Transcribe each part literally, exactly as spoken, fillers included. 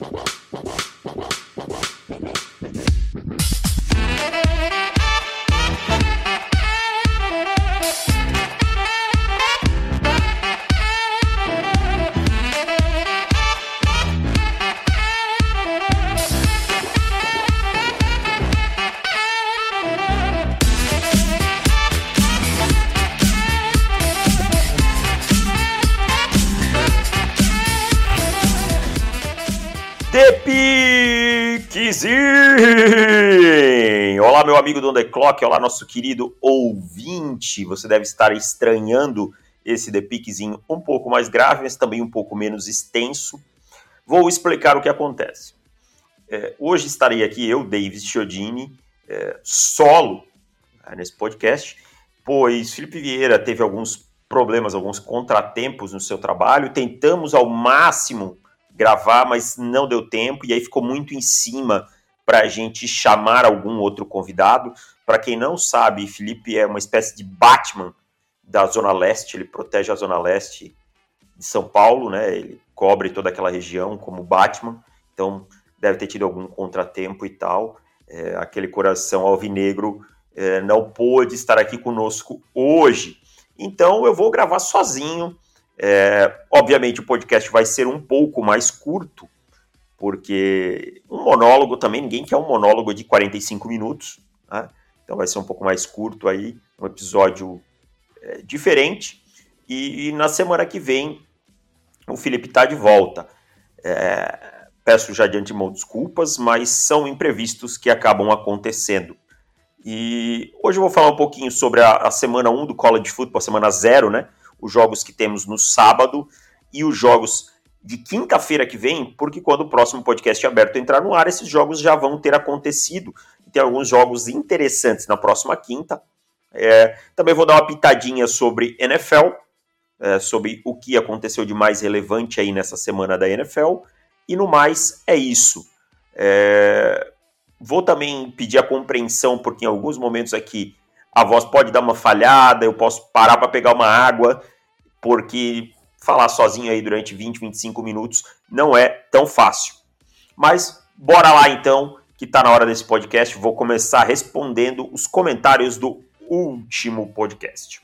Olá, meu amigo do On The Clock, olá, nosso querido ouvinte. Você deve estar estranhando esse The Piquezinho um pouco mais grave, mas também um pouco menos extenso. Vou explicar o que acontece. É, hoje estarei aqui, eu, Davis Chiodini, é, solo é, nesse podcast, pois Felipe Vieira teve alguns problemas, alguns contratempos no seu trabalho. Tentamos ao máximo gravar, mas não deu tempo, e aí ficou muito em cima para a gente chamar algum outro convidado. Para quem não sabe, Felipe é uma espécie de Batman da Zona Leste, ele protege a Zona Leste de São Paulo, né? Ele cobre toda aquela região como Batman, então deve ter tido algum contratempo e tal. É, aquele coração alvinegro é, não pôde estar aqui conosco hoje, então eu vou gravar sozinho. É, obviamente o podcast vai ser um pouco mais curto, porque um monólogo também, ninguém quer um monólogo de quarenta e cinco minutos, né? Então vai ser um pouco mais curto aí, um episódio é, diferente, e, e na semana que vem o Felipe está de volta. É, peço já de antemão desculpas, mas são imprevistos que acabam acontecendo. E hoje eu vou falar um pouquinho sobre a, a semana um do College Football, a semana zero, né? Os jogos que temos no sábado e os jogos de quinta-feira que vem, porque quando o próximo podcast aberto entrar no ar, esses jogos já vão ter acontecido. Tem alguns jogos interessantes na próxima quinta. É, também vou dar uma pitadinha sobre N F L, é, sobre o que aconteceu de mais relevante aí nessa semana da N F L. E no mais, é isso. É, vou também pedir a compreensão, porque em alguns momentos aqui a voz pode dar uma falhada, eu posso parar para pegar uma água, porque falar sozinho aí durante vinte, vinte e cinco minutos não é tão fácil. Mas bora lá então, que está na hora desse podcast. Vou começar respondendo os comentários do último podcast.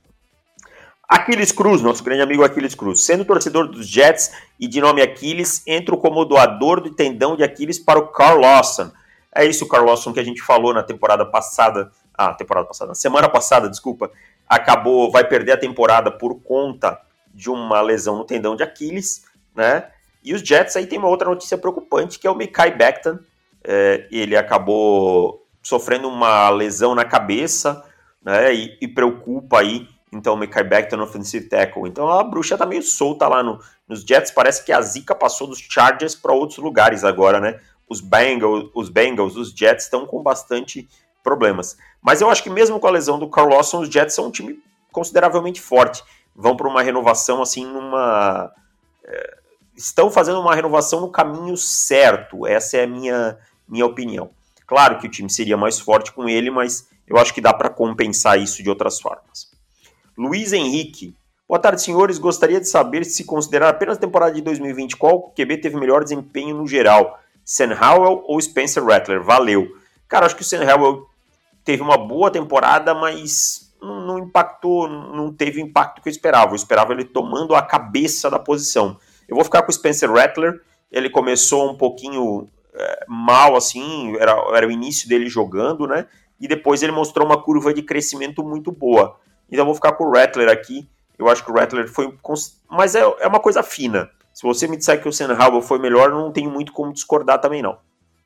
Aquiles Cruz, nosso grande amigo Aquiles Cruz. Sendo torcedor dos Jets e de nome Aquiles, entro como doador do tendão de Aquiles para o Carl Lawson. É isso, Carl Lawson, que a gente falou na temporada passada. Ah, temporada passada, na semana passada, desculpa. Acabou, vai perder a temporada por conta de uma lesão no tendão de Aquiles, né? E os Jets aí tem uma outra notícia preocupante, que é o Mekhi Becton. É, ele acabou sofrendo uma lesão na cabeça, né? E, e preocupa aí, então, o Mekhi Becton, offensive tackle. Então a bruxa tá meio solta lá no, nos Jets. Parece que a zica passou dos Chargers para outros lugares agora, né? Os Bengals, os Bengals, os Jets estão com bastante problemas. Mas eu acho que mesmo com a lesão do Carl Lawson, os Jets são um time consideravelmente forte. Vão para uma renovação assim, numa... É, estão fazendo uma renovação no caminho certo. Essa é a minha, minha opinião. Claro que o time seria mais forte com ele, mas eu acho que dá para compensar isso de outras formas. Luiz Henrique. Boa tarde, senhores. Gostaria de saber, se considerar apenas a temporada de dois mil e vinte, qual Q B teve melhor desempenho no geral? Sam Howell ou Spencer Rattler? Valeu. Cara, acho que o Sam Howell teve uma boa temporada, mas não, não impactou, não teve o impacto que eu esperava. Eu esperava ele tomando a cabeça da posição. Eu vou ficar com o Spencer Rattler. Ele começou um pouquinho é, mal, assim, era, era o início dele jogando, né? E depois ele mostrou uma curva de crescimento muito boa. Então eu vou ficar com o Rattler aqui. Eu acho que o Rattler foi... Mas é, é uma coisa fina. Se você me disser que o Sam Howell foi melhor, não tenho muito como discordar também, não.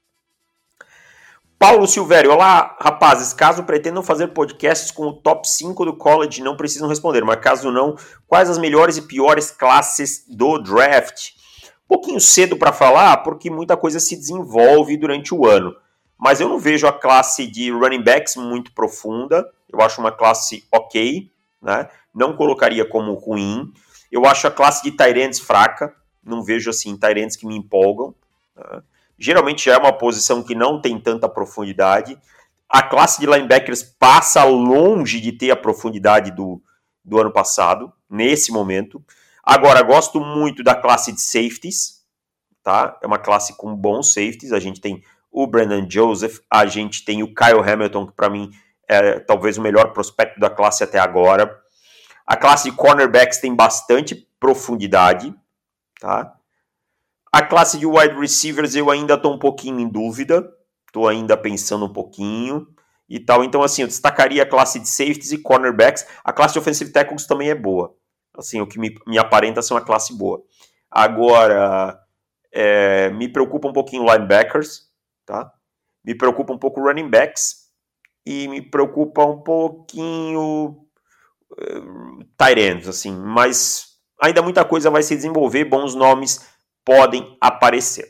Paulo Silvério, olá, rapazes, caso pretendam fazer podcasts com o top cinco do college, não precisam responder, mas caso não, quais as melhores e piores classes do draft? Um pouquinho cedo para falar, porque muita coisa se desenvolve durante o ano, mas eu não vejo a classe de running backs muito profunda, eu acho uma classe ok, né? Não colocaria como ruim, eu acho a classe de tight ends fraca, não vejo assim tight ends que me empolgam, né? Geralmente já é uma posição que não tem tanta profundidade. A classe de linebackers passa longe de ter a profundidade do, do ano passado, nesse momento. Agora, gosto muito da classe de safeties. tá? É uma classe com bons safeties, a gente tem o Brandon Joseph, a gente tem o Kyle Hamilton, que para mim é talvez o melhor prospecto da classe até agora. A classe de cornerbacks tem bastante profundidade, tá? A classe de wide receivers eu ainda estou um pouquinho em dúvida, estou ainda pensando um pouquinho e tal. Então, assim, eu destacaria a classe de safeties e cornerbacks. A classe de offensive tackles também é boa. Assim, o que me, me aparenta ser uma classe boa. Agora, é, me preocupa um pouquinho linebackers, tá? Me preocupa um pouco running backs e me preocupa um pouquinho uh, tight ends, assim. Mas ainda muita coisa vai se desenvolver, bons nomes podem aparecer.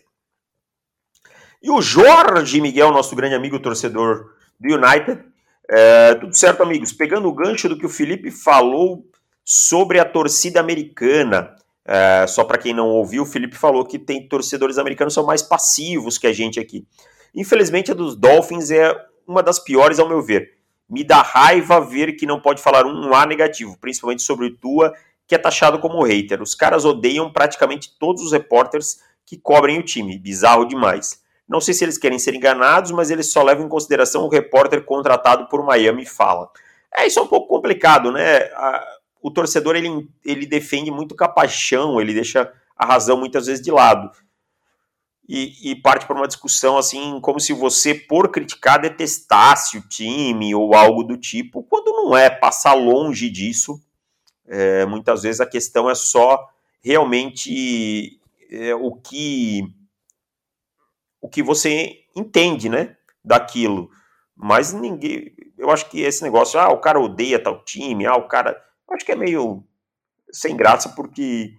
E o Jorge Miguel, nosso grande amigo torcedor do United, é, tudo certo, amigos? Pegando o gancho do que o Felipe falou sobre a torcida americana, é, só para quem não ouviu, o Felipe falou que tem torcedores americanos que são mais passivos que a gente aqui. Infelizmente, a dos Dolphins é uma das piores, ao meu ver. Me dá raiva ver que não pode falar um A negativo, principalmente sobre o Tua, que é taxado como hater. Os caras odeiam praticamente todos os repórteres que cobrem o time. Bizarro demais. Não sei se eles querem ser enganados, mas eles só levam em consideração o repórter contratado por Miami fala. É, isso é um pouco complicado, né? A, o torcedor, ele, ele defende muito com a paixão, ele deixa a razão muitas vezes de lado. E, e parte para uma discussão assim, como se você, por criticar, detestasse o time ou algo do tipo, quando não é, passar longe disso. É, muitas vezes a questão é só realmente é, o que o que você entende, né, daquilo. Mas ninguém, eu acho que esse negócio, ah, o cara odeia tal time, ah, o cara, eu acho que é meio sem graça, porque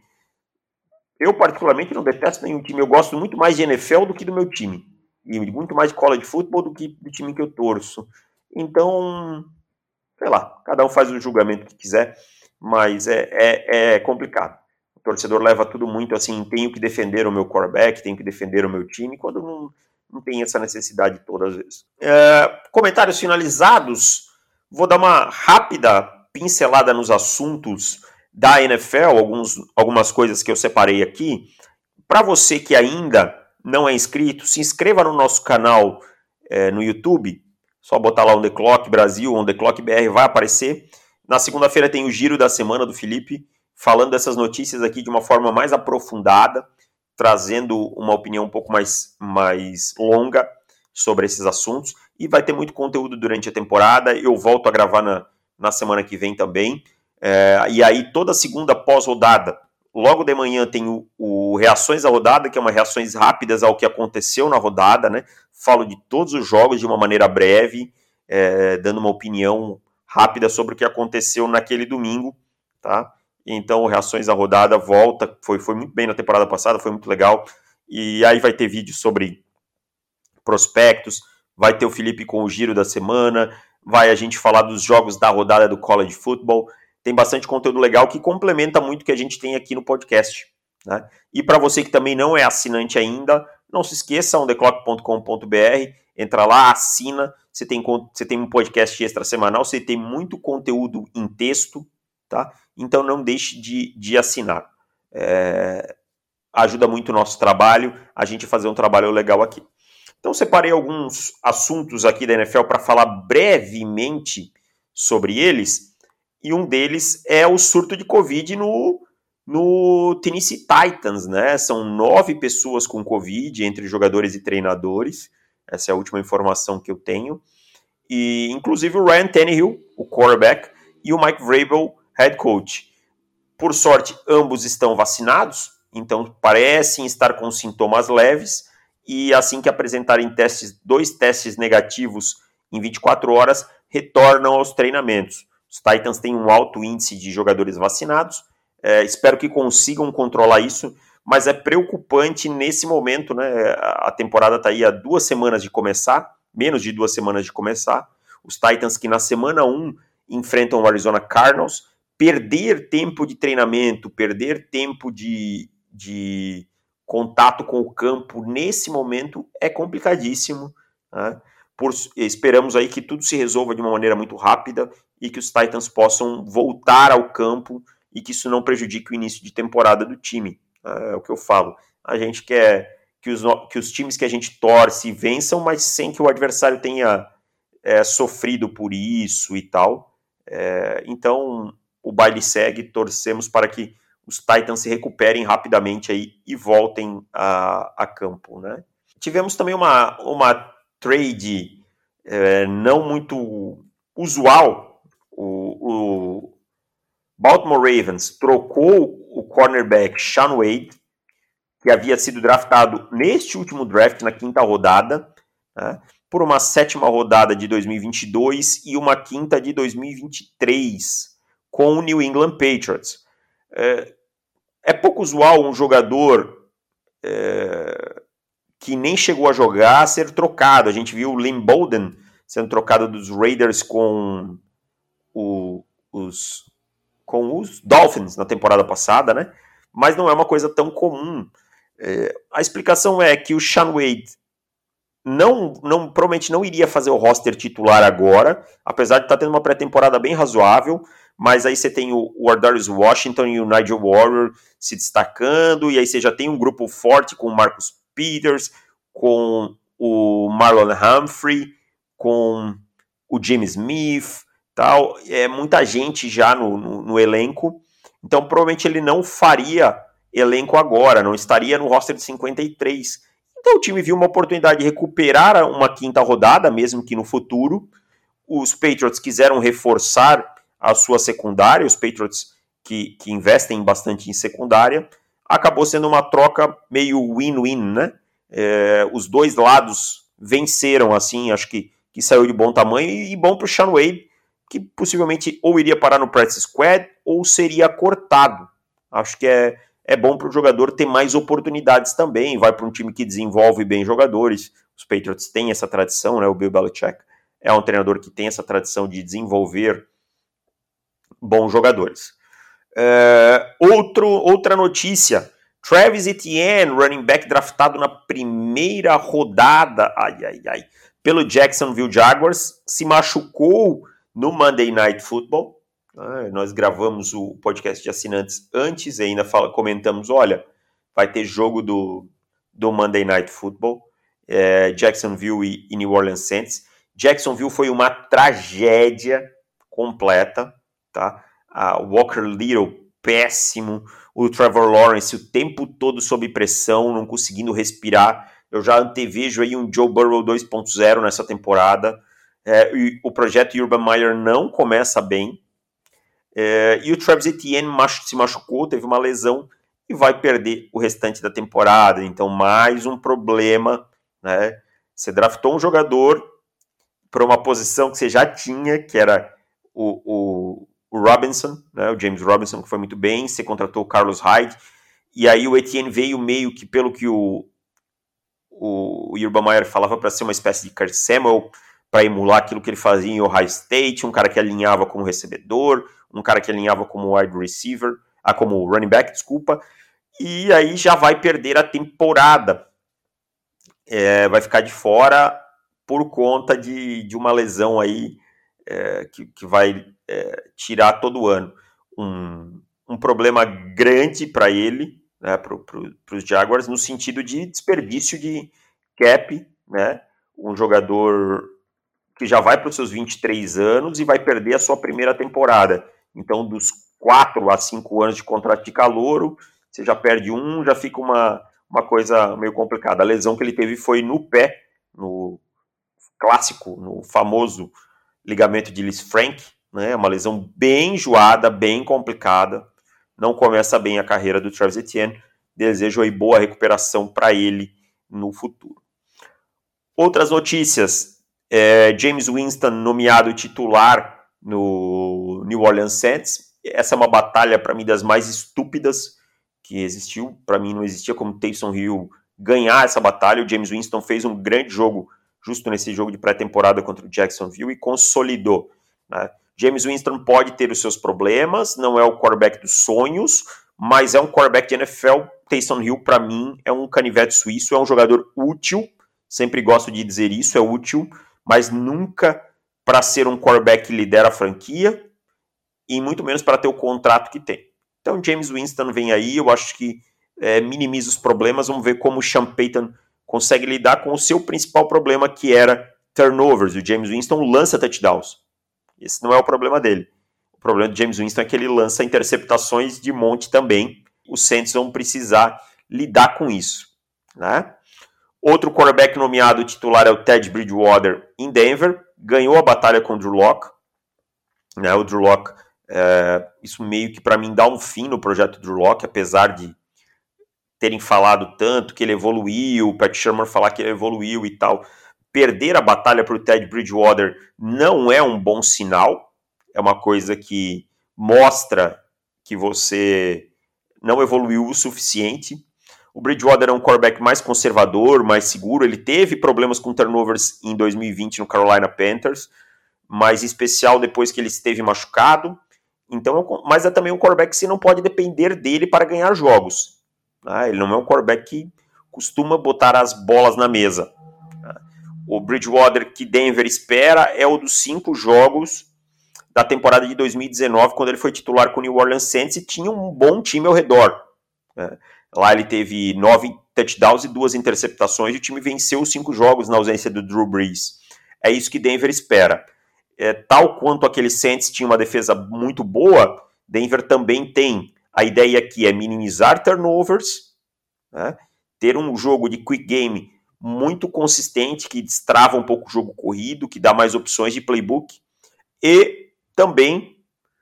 eu particularmente não detesto nenhum time, eu gosto muito mais de N F L do que do meu time, e muito mais de college football do que do time que eu torço. Então, sei lá, cada um faz o julgamento que quiser, mas é, é, é complicado. O torcedor leva tudo muito assim, tenho que defender o meu quarterback, tenho que defender o meu time, quando não, não tem essa necessidade todas as vezes. É, comentários finalizados, vou dar uma rápida pincelada nos assuntos da N F L, alguns, algumas coisas que eu separei aqui. Para você que ainda não é inscrito, se inscreva no nosso canal é, no YouTube, só botar lá On The Clock Brasil, On The Clock B R, vai aparecer. Na segunda-feira tem o Giro da Semana do Felipe, falando dessas notícias aqui de uma forma mais aprofundada, trazendo uma opinião um pouco mais, mais longa sobre esses assuntos. E vai ter muito conteúdo durante a temporada. Eu volto a gravar na, na semana que vem também. É, e aí, toda segunda pós-rodada, logo de manhã tem o, o Reações à Rodada, que é uma reações rápidas ao que aconteceu na rodada, né? Falo de todos os jogos de uma maneira breve, é, dando uma opinião rápida sobre o que aconteceu naquele domingo, tá? Então, Reações à Rodada volta, foi, foi muito bem na temporada passada, foi muito legal. E aí vai ter vídeo sobre prospectos, vai ter o Felipe com o Giro da Semana, vai a gente falar dos jogos da rodada do College Football. Tem bastante conteúdo legal que complementa muito o que a gente tem aqui no podcast, né? E para você que também não é assinante ainda, não se esqueça, on the clock ponto com ponto b r, entra lá, assina, você tem, você tem um podcast extra semanal, você tem muito conteúdo em texto, tá? Então não deixe de, de assinar. É, ajuda muito o nosso trabalho, a gente fazer um trabalho legal aqui. Então separei alguns assuntos aqui da N F L para falar brevemente sobre eles, e um deles é o surto de Covid no, no Tennessee Titans, né? São nove pessoas com Covid, entre jogadores e treinadores. Essa é a última informação que eu tenho. E, inclusive, o Ryan Tannehill, o quarterback, e o Mike Vrabel, head coach. Por sorte, ambos estão vacinados, então parecem estar com sintomas leves, e assim que apresentarem testes, dois testes negativos em vinte e quatro horas, retornam aos treinamentos. Os Titans têm um alto índice de jogadores vacinados, é, espero que consigam controlar isso, mas é preocupante nesse momento, né? A temporada está aí há duas semanas de começar, menos de duas semanas de começar. Os Titans que na semana um enfrentam o Arizona Cardinals, perder tempo de treinamento, perder tempo de, de contato com o campo nesse momento é complicadíssimo, né? Por, esperamos aí que tudo se resolva de uma maneira muito rápida e que os Titans possam voltar ao campo e que isso não prejudique o início de temporada do time. É o que eu falo. A gente quer que os, que os times que a gente torce vençam, mas sem que o adversário tenha é, sofrido por isso e tal. É, então, o baile segue, torcemos para que os Titans se recuperem rapidamente aí e voltem a, a campo, né? Tivemos também uma, uma trade é, não muito usual. O, o Baltimore Ravens trocou o cornerback Shaun Wade, que havia sido draftado neste último draft, na quinta rodada, né, por uma sétima rodada de dois mil e vinte e dois e uma quinta de dois mil e vinte e três, com o New England Patriots. É, é pouco usual um jogador é, que nem chegou a jogar ser trocado. A gente viu o Lynn Bowden sendo trocado dos Raiders com, o, os, com os Dolphins na temporada passada, né? Mas não é uma coisa tão comum. É, a explicação é que o Shaun Wade não, não, provavelmente não iria fazer o roster titular agora, apesar de estar tendo uma pré-temporada bem razoável, mas aí você tem o, o Ardarius Washington e o Nigel Warrior se destacando, e aí você já tem um grupo forte com o Marcus Peters, com o Marlon Humphrey, com o James Smith, tal, é muita gente já no, no, no elenco, então provavelmente ele não faria elenco agora, não estaria no roster de cinquenta e três. Então o time viu uma oportunidade de recuperar uma quinta rodada, mesmo que no futuro. Os Patriots quiseram reforçar a sua secundária, os Patriots que, que investem bastante em secundária. Acabou sendo uma troca meio win-win, né? É, os dois lados venceram, assim, acho que, que saiu de bom tamanho, e, e bom para o Shaun Wade, que possivelmente ou iria parar no practice squad ou seria cortado. Acho que é, é bom para o jogador ter mais oportunidades também, vai para um time que desenvolve bem jogadores. Os Patriots têm essa tradição, né? O Bill Belichick é um treinador que tem essa tradição de desenvolver bons jogadores. É, outro, outra notícia, Travis Etienne, running back draftado na primeira rodada, ai, ai, ai, pelo Jacksonville Jaguars, se machucou no Monday Night Football. Ah, nós gravamos o podcast de assinantes antes e ainda fala, comentamos, olha, vai ter jogo do, do Monday Night Football, é, Jacksonville e, e New Orleans Saints. Jacksonville foi uma tragédia completa, tá? A Walker Little, péssimo, o Trevor Lawrence o tempo todo sob pressão, não conseguindo respirar. Eu já antevejo aí um Joe Burrow dois ponto zero nessa temporada. É, e o projeto Urban Meyer não começa bem. É, e o Travis Etienne machu- se machucou, teve uma lesão e vai perder o restante da temporada. Então, mais um problema, né? Você draftou um jogador para uma posição que você já tinha, que era o, o, o Robinson, né? O James Robinson, que foi muito bem. Você contratou o Carlos Hyde. E aí o Etienne veio meio que, pelo que o, o, o Urban Meyer falava, para ser uma espécie de Kurt Samuel, para emular aquilo que ele fazia em Ohio State, um cara que alinhava como recebedor, um cara que alinhava como wide receiver, ah, como running back, desculpa, e aí já vai perder a temporada. É, vai ficar de fora por conta de, de uma lesão aí é, que, que vai é, tirar todo ano. Um, um problema grande para ele, né, para pro, os Jaguars, no sentido de desperdício de cap, né, um jogador que já vai para os seus vinte e três anos e vai perder a sua primeira temporada. Então, dos quatro a cinco anos de contrato de calouro, você já perde um, já fica uma, uma coisa meio complicada. A lesão que ele teve foi no pé, no clássico, no famoso ligamento de Lisfranc, né? Uma lesão bem enjoada, bem complicada. Não começa bem a carreira do Travis Etienne. Desejo aí boa recuperação para ele no futuro. Outras notícias. É, James Winston nomeado titular no New Orleans Saints. Essa é uma batalha, para mim, das mais estúpidas que existiu. Para mim, não existia como Taysom Hill ganhar essa batalha. O James Winston fez um grande jogo justo nesse jogo de pré-temporada contra o Jacksonville e consolidou, né? James Winston pode ter os seus problemas, não é o quarterback dos sonhos, mas é um quarterback de N F L. Taysom Hill, para mim, é um canivete suíço, é um jogador útil, sempre gosto de dizer isso, é útil, mas nunca para ser um quarterback que lidera a franquia e muito menos para ter o contrato que tem. Então, James Winston vem aí, eu acho que é, minimiza os problemas. Vamos ver como o Sean Payton consegue lidar com o seu principal problema, que era turnovers. O James Winston lança touchdowns. Esse não é o problema dele. O problema do James Winston é que ele lança interceptações de monte também. Os Saints vão precisar lidar com isso, né? Outro quarterback nomeado titular é o Ted Bridgewater em Denver. Ganhou a batalha com o Drew Lock. Né? O Drew Lock, é, isso meio que para mim dá um fim no projeto Drew Lock, apesar de terem falado tanto que ele evoluiu, o Pat Shurmur falar que ele evoluiu e tal. Perder a batalha para o Ted Bridgewater não é um bom sinal. É uma coisa que mostra que você não evoluiu o suficiente. O Bridgewater é um quarterback mais conservador, mais seguro. Ele teve problemas com turnovers em dois mil e vinte no Carolina Panthers, mas em especial depois que ele esteve machucado. Então, mas é também um quarterback que você não pode depender dele para ganhar jogos. Né? Ele não é um quarterback que costuma botar as bolas na mesa. O Bridgewater que Denver espera é o dos cinco jogos da temporada de dois mil e dezenove, quando ele foi titular com o New Orleans Saints e tinha um bom time ao redor. Né? Lá ele teve nove touchdowns e duas interceptações e o time venceu os cinco jogos na ausência do Drew Brees. É isso que Denver espera. É, tal quanto aquele Saints tinha uma defesa muito boa, Denver também tem. A ideia aqui é minimizar turnovers, né? Ter um jogo de quick game muito consistente, que destrava um pouco o jogo corrido, que dá mais opções de playbook, e também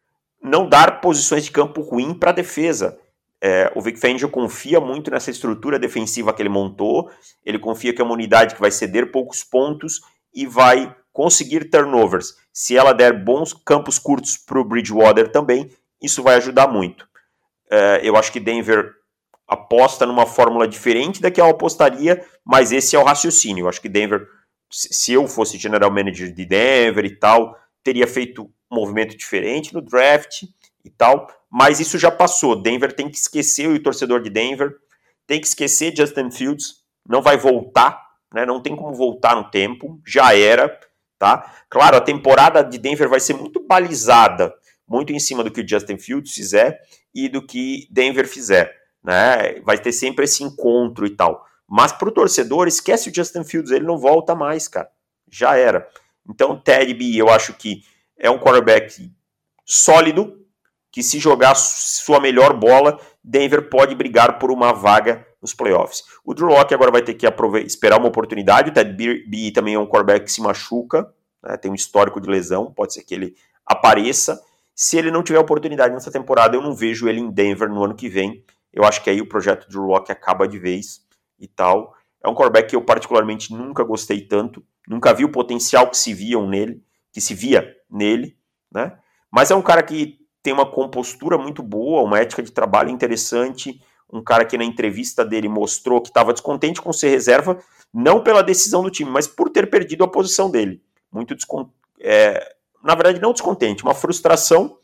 não dar posições de campo ruim para a defesa. É, o Vic Fangio confia muito nessa estrutura defensiva que ele montou, ele confia que é uma unidade que vai ceder poucos pontos e vai conseguir turnovers. Se ela der bons campos curtos para o Bridgewater também, isso vai ajudar muito. É, eu acho que Denver aposta numa fórmula diferente da que eu apostaria, mas esse é o raciocínio. Eu acho que Denver, se eu fosse general manager de Denver e tal, teria feito um movimento diferente no draft e tal, mas isso já passou. Denver tem que esquecer, o torcedor de Denver tem que esquecer Justin Fields, não vai voltar, né? Não tem como voltar no tempo, já era, tá? Claro, a temporada de Denver vai ser muito balizada, muito em cima do que o Justin Fields fizer e do que Denver fizer. Né? Vai ter sempre esse encontro e tal. Mas pro torcedor, esquece o Justin Fields, ele não volta mais, cara. Já era. Então, Teddy B, eu acho que é um quarterback sólido, que se jogar sua melhor bola, Denver pode brigar por uma vaga nos playoffs. O Drew Lock agora vai ter que esperar uma oportunidade. O Teddy B também é um quarterback que se machuca, né? Tem um histórico de lesão, pode ser que ele apareça. Se ele não tiver oportunidade nessa temporada, eu não vejo ele em Denver no ano que vem. Eu acho que aí o projeto Drew Lock acaba de vez e tal. É um quarterback que eu particularmente nunca gostei tanto, nunca vi o potencial que se viam nele, que se via nele, né? Mas é um cara que tem uma compostura muito boa, uma ética de trabalho interessante, um cara que na entrevista dele mostrou que estava descontente com ser reserva, não pela decisão do time, mas por ter perdido a posição dele. Muito descont... é... Na verdade, não descontente, uma frustração,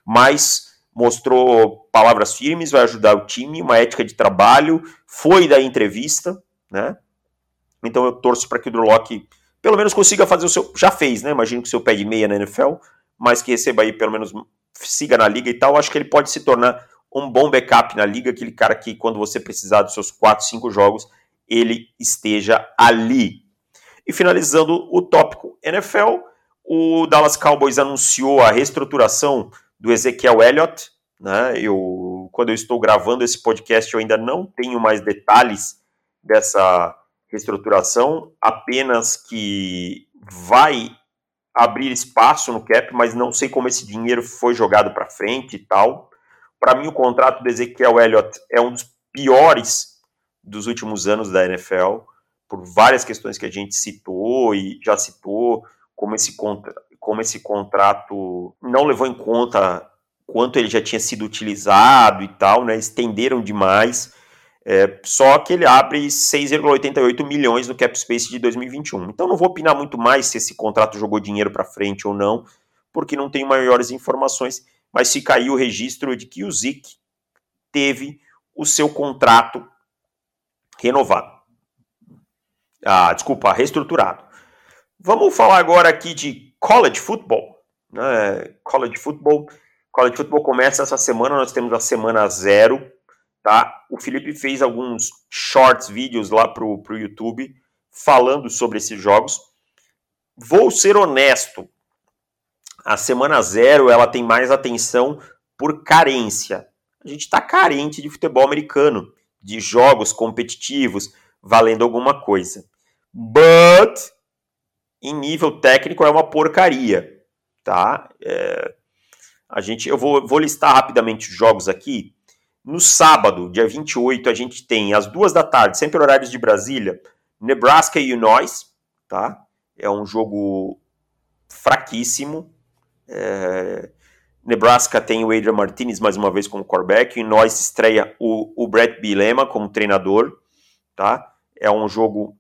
mas mostrou palavras firmes, vai ajudar o time, uma ética de trabalho, foi da entrevista, né? Então eu torço para que o Drew Lock pelo menos consiga fazer o seu... Já fez, né? Imagino que o seu pé de meia na N F L, mas que receba aí, pelo menos siga na liga e tal. Acho que ele pode se tornar um bom backup na liga, aquele cara que quando você precisar dos seus quatro, cinco jogos, ele esteja ali. E finalizando o tópico N F L, o Dallas Cowboys anunciou a reestruturação do Ezekiel Elliott, né? Eu, quando eu estou gravando esse podcast, eu ainda não tenho mais detalhes dessa reestruturação, apenas que vai abrir espaço no cap, mas não sei como esse dinheiro foi jogado para frente e tal. Para mim, o contrato do Ezekiel Elliott é um dos piores dos últimos anos da N F L, por várias questões que a gente citou e já citou, como esse, contra, como esse contrato não levou em conta quanto ele já tinha sido utilizado e tal, né? Estenderam demais. É, só que ele abre seis vírgula oitenta e oito milhões no cap space de dois mil e vinte e um. Então não vou opinar muito mais se esse contrato jogou dinheiro para frente ou não, porque não tenho maiores informações, mas fica aí o registro de que o Zeke teve o seu contrato renovado. Ah, desculpa, reestruturado. Vamos falar agora aqui de college football. Né? College football. College football começa essa semana, nós temos a semana zero tá? O Felipe fez alguns shorts, vídeos lá pro, pro YouTube falando sobre esses jogos. Vou ser honesto, a semana zero ela tem mais atenção por carência. A gente está carente de futebol americano, de jogos competitivos, valendo alguma coisa. But, em nível técnico, é uma porcaria, tá? É, a gente, eu vou, vou listar rapidamente os jogos aqui. No sábado, dia vinte e oito, a gente tem às duas da tarde, sempre horários de Brasília, Nebraska e Illinois, tá? É um jogo fraquíssimo. É... Nebraska tem o Adrian Martinez mais uma vez como quarterback, e Illinois estreia o, o Brett Bielema como treinador, tá? É um jogo,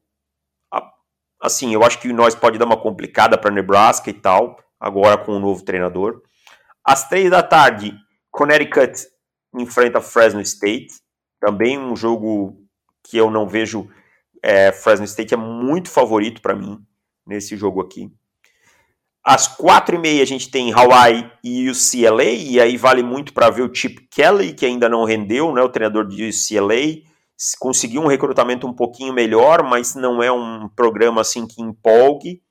assim, eu acho que o Illinois pode dar uma complicada para Nebraska e tal, agora com o novo treinador. Às três da tarde, Connecticut enfrenta Fresno State, também um jogo que eu não vejo, é, Fresno State é muito favorito para mim nesse jogo aqui. Às quatro e meia a gente tem Hawaii e U C L A, e aí vale muito para ver o Chip Kelly, que ainda não rendeu, né, o treinador de U C L A, conseguiu um recrutamento um pouquinho melhor, mas não é um programa assim que empolgue.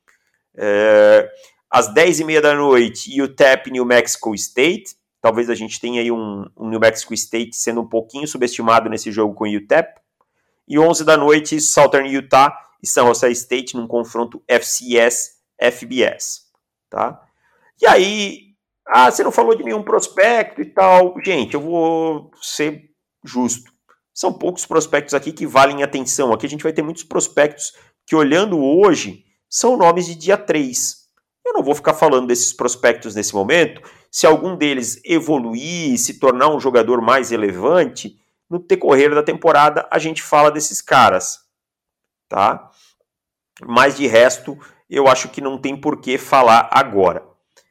É, às dez e meia da noite, U T E P New Mexico State, talvez a gente tenha aí um, um New Mexico State sendo um pouquinho subestimado nesse jogo com o U T E P. E onze da noite, Southern Utah e San Jose State num confronto F C S F B S. Tá? E aí, ah, você não falou de nenhum prospecto e tal. Gente, eu vou ser justo. São poucos prospectos aqui que valem atenção. Aqui a gente vai ter muitos prospectos que, olhando hoje, são nomes de dia três. Eu não vou ficar falando desses prospectos nesse momento. Se algum deles evoluir, se tornar um jogador mais relevante, no decorrer da temporada a gente fala desses caras. Tá? Mas de resto, eu acho que não tem por que falar agora.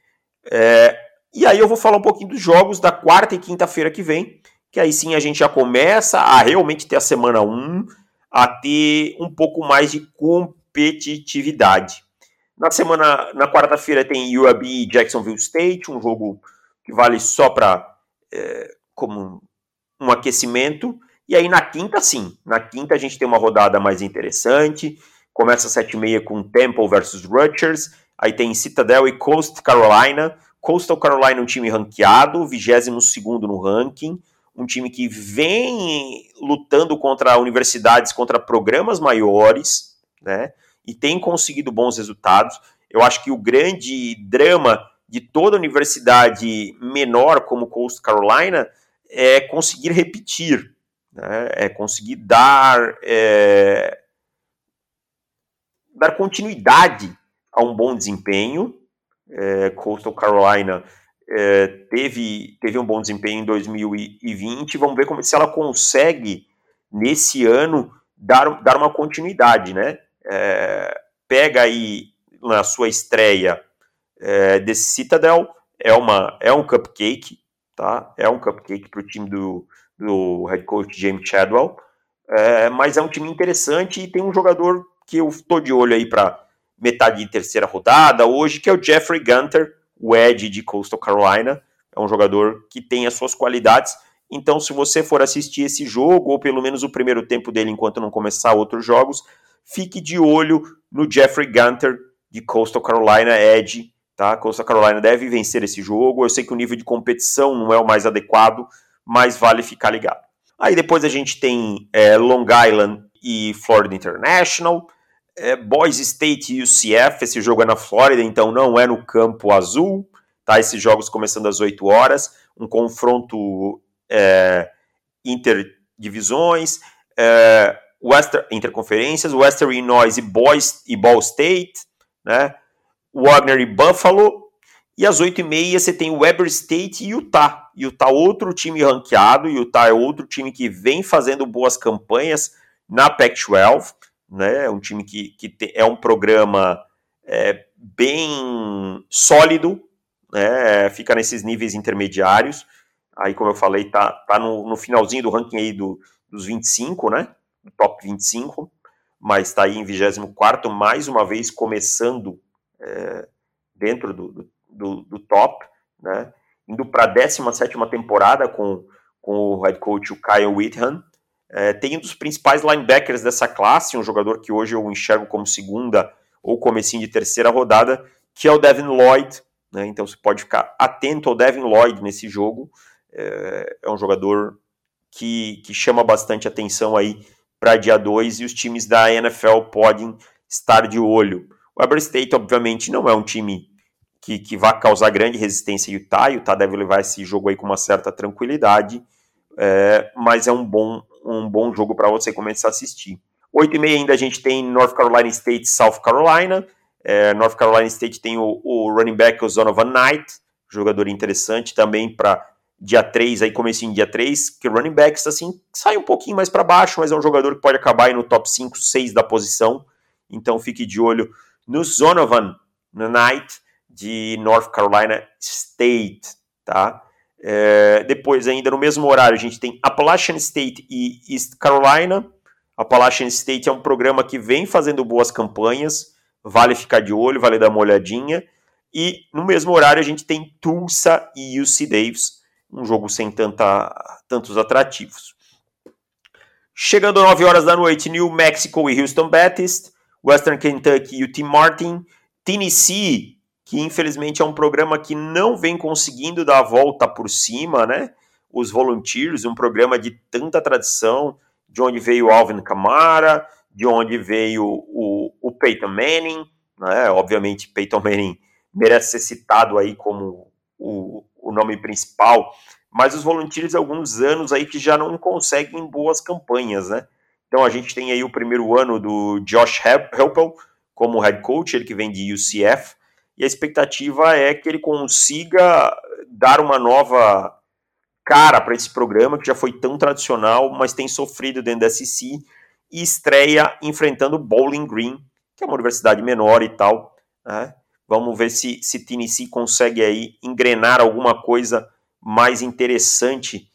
É, e aí eu vou falar um pouquinho dos jogos da quarta e quinta-feira que vem, que aí sim a gente já começa a realmente ter a semana um, a ter um pouco mais de competitividade. Na semana, na quarta-feira tem U A B e Jacksonville State, um jogo que vale só para é, como um aquecimento. E aí na quinta, sim, na quinta a gente tem uma rodada mais interessante. Começa às sete e meia com Temple versus Rutgers. Aí tem Citadel e Coastal Carolina. Coastal Carolina é um time ranqueado, vigésimo segundo no ranking. Um time que vem lutando contra universidades, contra programas maiores, né? E tem conseguido bons resultados. Eu acho que o grande drama de toda universidade menor como Coastal Carolina é conseguir repetir, né? É conseguir dar... É... dar continuidade a um bom desempenho. É, Coastal Carolina é, teve, teve um bom desempenho em dois mil e vinte. Vamos ver como, se ela consegue, nesse ano, dar, dar uma continuidade, né? É, pega aí na sua estreia é, desse Citadel, é, uma, é um cupcake, tá? É um cupcake para o time do, do head coach James Chadwell, é, mas é um time interessante e tem um jogador que eu estou de olho aí para metade de terceira rodada hoje, que é o Jeffrey Gunter, o Edge de Coastal Carolina. É um jogador que tem as suas qualidades. Então, se você for assistir esse jogo, ou pelo menos o primeiro tempo dele, enquanto não começar outros jogos, fique de olho no Jeffrey Gunter de Coastal Carolina Edge. Tá? Coastal Carolina deve vencer esse jogo. Eu sei que o nível de competição não é o mais adequado, mas vale ficar ligado. Aí depois a gente tem é, Long Island e Florida International, é, Boise State e U C F. Esse jogo é na Flórida, então não é no campo azul, tá? Esses jogos começando às oito horas, um confronto é, interdivisões, é, Western, interconferências, Western Illinois e, Boise, e Ball State, né? Wagner e Buffalo. E às oito e meia você tem Weber State e Utah. Utah, outro time ranqueado. Utah é outro time que vem fazendo boas campanhas na Pac doze. Né? É um time que, que te, é um programa é, bem sólido. Né? Fica nesses níveis intermediários. Aí, como eu falei, tá, tá no, no finalzinho do ranking aí do, dos vinte e cinco, né? Do top vinte e cinco. Mas está aí em vigésimo quarto, mais uma vez começando é, dentro do, do Do, do top, né? Indo para a décima sétima temporada com, com o head coach, o Kyle Whittingham. É, tem um dos principais linebackers dessa classe, um jogador que hoje eu enxergo como segunda ou comecinho de terceira rodada, que é o Devin Lloyd, né? Então você pode ficar atento ao Devin Lloyd nesse jogo. É, é um jogador que, que chama bastante atenção aí para dia dois, e os times da N F L podem estar de olho. O Weber State, obviamente, não é um time que, que vai causar grande resistência em Utah. Utah deve levar esse jogo aí com uma certa tranquilidade, é, mas é um bom, um bom jogo para você começar a assistir. oito e meia ainda a gente tem North Carolina State e South Carolina. É, North Carolina State tem o, o running back, o Zonovan Knight, jogador interessante também para dia três, aí comecinho dia três, que running backs assim, sai um pouquinho mais para baixo, mas é um jogador que pode acabar aí no top cinco, seis da posição, então fique de olho no Zonovan Knight de North Carolina State, tá? É, depois ainda no mesmo horário a gente tem Appalachian State e East Carolina. Appalachian State é um programa que vem fazendo boas campanhas, vale ficar de olho, vale dar uma olhadinha, e no mesmo horário a gente tem Tulsa e U C Davis, um jogo sem tanta, tantos atrativos. Chegando às nove horas da noite, New Mexico e Houston Baptist, Western Kentucky e U T Martin, Tennessee, que infelizmente é um programa que não vem conseguindo dar a volta por cima, né? Os Volunteers, um programa de tanta tradição, de onde veio o Alvin Kamara, de onde veio o, o Peyton Manning, né? Obviamente Peyton Manning merece ser citado aí como o, o nome principal, mas os Volunteers há alguns anos aí que já não conseguem boas campanhas, né? Então a gente tem aí o primeiro ano do Josh Heupel como head coach, ele que vem de U C F, e a expectativa é que ele consiga dar uma nova cara para esse programa que já foi tão tradicional, mas tem sofrido dentro da S E C, e estreia enfrentando Bowling Green, que é uma universidade menor e tal, né? Vamos ver se, se Tennessee consegue aí engrenar alguma coisa mais interessante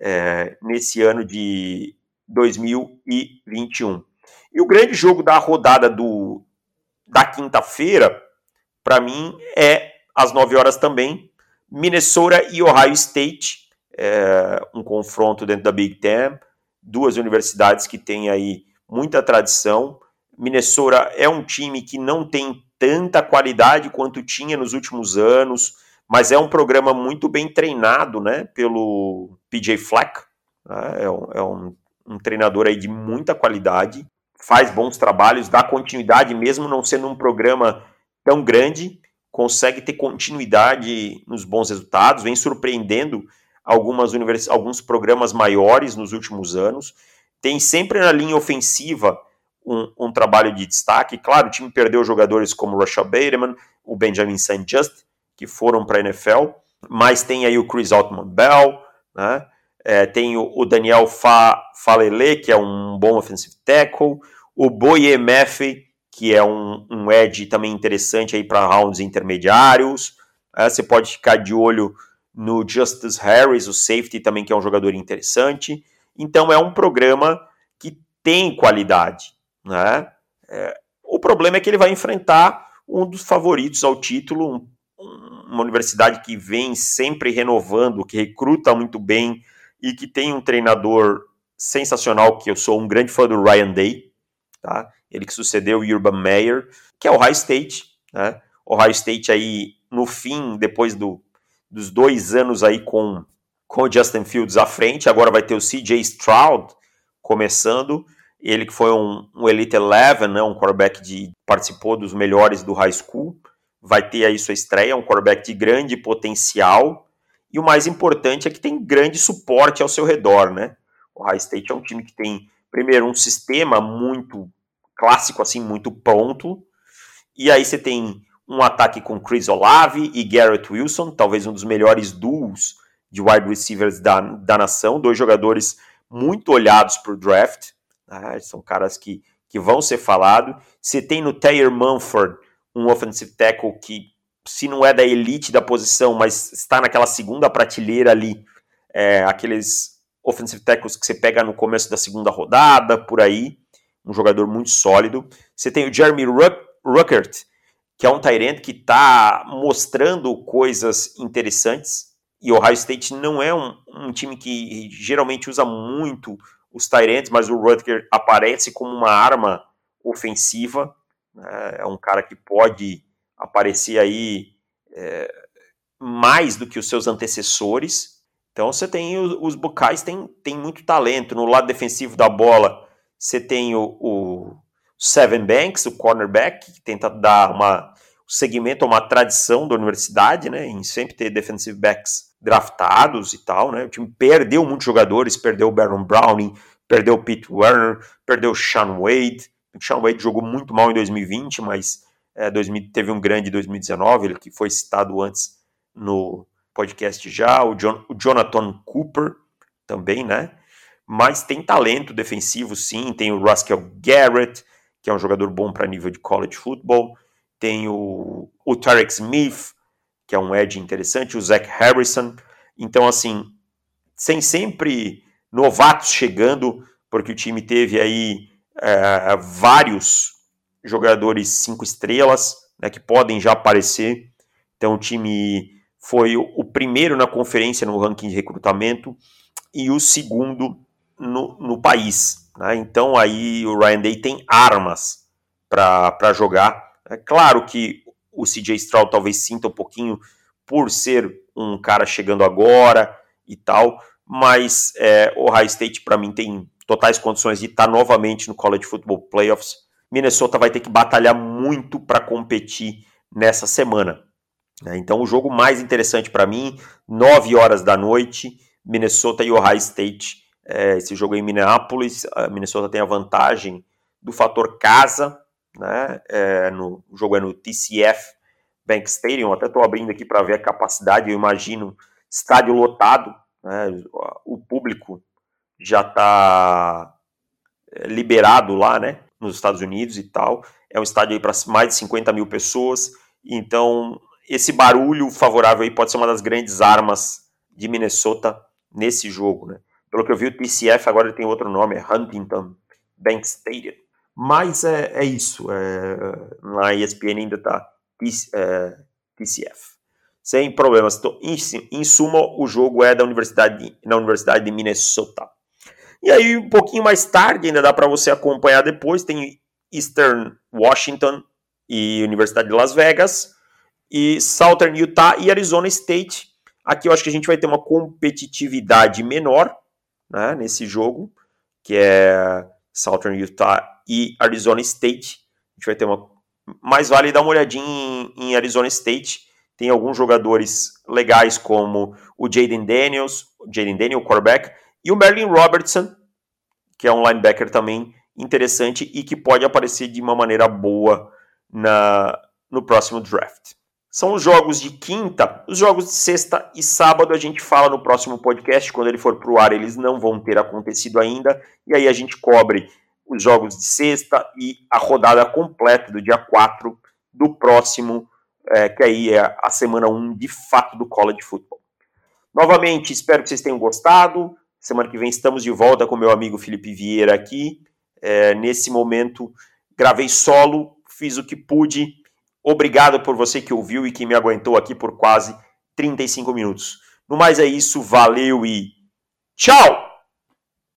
é, nesse ano de dois mil e vinte e um. E o grande jogo da rodada do, da quinta-feira, para mim, é às nove horas também, Minnesota e Ohio State, é, um confronto dentro da Big Ten, duas universidades que têm aí muita tradição. Minnesota é um time que não tem tanta qualidade quanto tinha nos últimos anos, mas é um programa muito bem treinado, né, pelo P J Fleck, né, é, um, é um, um treinador aí de muita qualidade, faz bons trabalhos, dá continuidade, mesmo não sendo um programa tão grande, consegue ter continuidade nos bons resultados, vem surpreendendo algumas univers... alguns programas maiores nos últimos anos, tem sempre na linha ofensiva Um, um trabalho de destaque. Claro, o time perdeu jogadores como o Rashad Bateman, o Benjamin Saint Just, que foram para a N F L, mas tem aí o Chris Altman-Bell, né? É, tem o, o Daniel Fa, Falele, que é um bom offensive tackle, o Boye Maffey, que é um, um edge também interessante aí para rounds intermediários. É, você pode ficar de olho no Justice Harris, o safety também, que é um jogador interessante. Então é um programa que tem qualidade, né? É, o problema é que ele vai enfrentar um dos favoritos ao título, um, uma universidade que vem sempre renovando, que recruta muito bem e que tem um treinador sensacional, que eu sou um grande fã do Ryan Day, tá? Ele que sucedeu o Urban Meyer, que é o Ohio State, né? Ohio State aí no fim, depois do, dos dois anos aí com, com o Justin Fields à frente, agora vai ter o C J Stroud começando. Ele que foi um, um Elite Eleven, né, um quarterback que participou dos melhores do high school, vai ter aí sua estreia, um quarterback de grande potencial, e o mais importante é que tem grande suporte ao seu redor, né? O Ohio State é um time que tem, primeiro, um sistema muito clássico, assim, muito pronto, e aí você tem um ataque com Chris Olave e Garrett Wilson, talvez um dos melhores duos de wide receivers da, da nação, dois jogadores muito olhados por draft, ah, são caras que, que vão ser falados. Você tem no Taylor Munford um offensive tackle que, se não é da elite da posição, mas está naquela segunda prateleira ali, é, aqueles offensive tackles que você pega no começo da segunda rodada, por aí, um jogador muito sólido. Você tem o Jeremy Ruckert, que é um tight end que está mostrando coisas interessantes, e Ohio State não é um, um time que geralmente usa muito os tight ends, mas o Rutger aparece como uma arma ofensiva, né? É um cara que pode aparecer aí é, mais do que os seus antecessores. Então você tem os, os Buckeyes tem, tem muito talento. No lado defensivo da bola, você tem o, o Seven Banks, o cornerback, que tenta dar uma, um segmento, uma tradição da universidade, né, em sempre ter defensive backs draftados e tal, né. O time perdeu muitos jogadores, perdeu o Baron Browning, perdeu o Pete Werner, perdeu o Sean Wade. O Sean Wade jogou muito mal em dois mil e vinte, mas é, dois mil, teve um grande em dois mil e dezenove, ele que foi citado antes no podcast já, o, John, o Jonathan Cooper também, né? Mas tem talento defensivo, sim. Tem o Rascal Garrett, que é um jogador bom para nível de college football. Tem o, o Tarek Smith, que é um edge interessante. O Zach Harrison. Então, assim, sem sempre novatos chegando, porque o time teve aí é, vários jogadores cinco estrelas, né, que podem já aparecer. Então, o time foi o primeiro na conferência no ranking de recrutamento e o segundo no, no país. Né? Então aí o Ryan Day tem armas para jogar. É claro que o C J Stroud talvez sinta um pouquinho por ser um cara chegando agora e tal, mas é, o Ohio State para mim tem totais condições de estar novamente no College Football Playoffs. Minnesota vai ter que batalhar muito para competir nessa semana. Então o jogo mais interessante para mim, nove horas da noite, Minnesota e Ohio State. É, esse jogo é em Minneapolis, a Minnesota tem a vantagem do fator casa, né? É, no, o jogo é no T C F Bank Stadium, até estou abrindo aqui para ver a capacidade, eu imagino estádio lotado, né? O público já está liberado lá, né? Nos Estados Unidos e tal, é um estádio para mais de cinquenta mil pessoas, então esse barulho favorável aí pode ser uma das grandes armas de Minnesota nesse jogo, né? Pelo que eu vi, o T C F agora tem outro nome, é Huntington Bank Stadium. Mas é, é isso, é, na E S P N ainda está é, T C F. Sem problemas. Então, em, em suma, o jogo é da universidade, na Universidade de Minnesota. E aí, um pouquinho mais tarde, ainda dá para você acompanhar depois, tem Eastern Washington e Universidade de Las Vegas, e Southern Utah e Arizona State. Aqui eu acho que a gente vai ter uma competitividade menor, né, nesse jogo, que é Southern Utah e Arizona State. A gente vai ter uma... Mais vale dar uma olhadinha em, em Arizona State. Tem alguns jogadores legais como o Jaden Daniels, Jaden Daniel, quarterback, e o Merlin Robertson, que é um linebacker também interessante e que pode aparecer de uma maneira boa na, no próximo draft. São os jogos de quinta. Os jogos de sexta e sábado a gente fala no próximo podcast. Quando ele for para o ar, eles não vão ter acontecido ainda. E aí a gente cobre os jogos de sexta e a rodada completa do dia quatro do próximo, é, que aí é a semana um de fato do College Football. Novamente, espero que vocês tenham gostado. Semana que vem estamos de volta com meu amigo Felipe Vieira aqui. É, nesse momento, gravei solo, fiz o que pude. Obrigado por você que ouviu e que me aguentou aqui por quase trinta e cinco minutos. No mais é isso, valeu e tchau!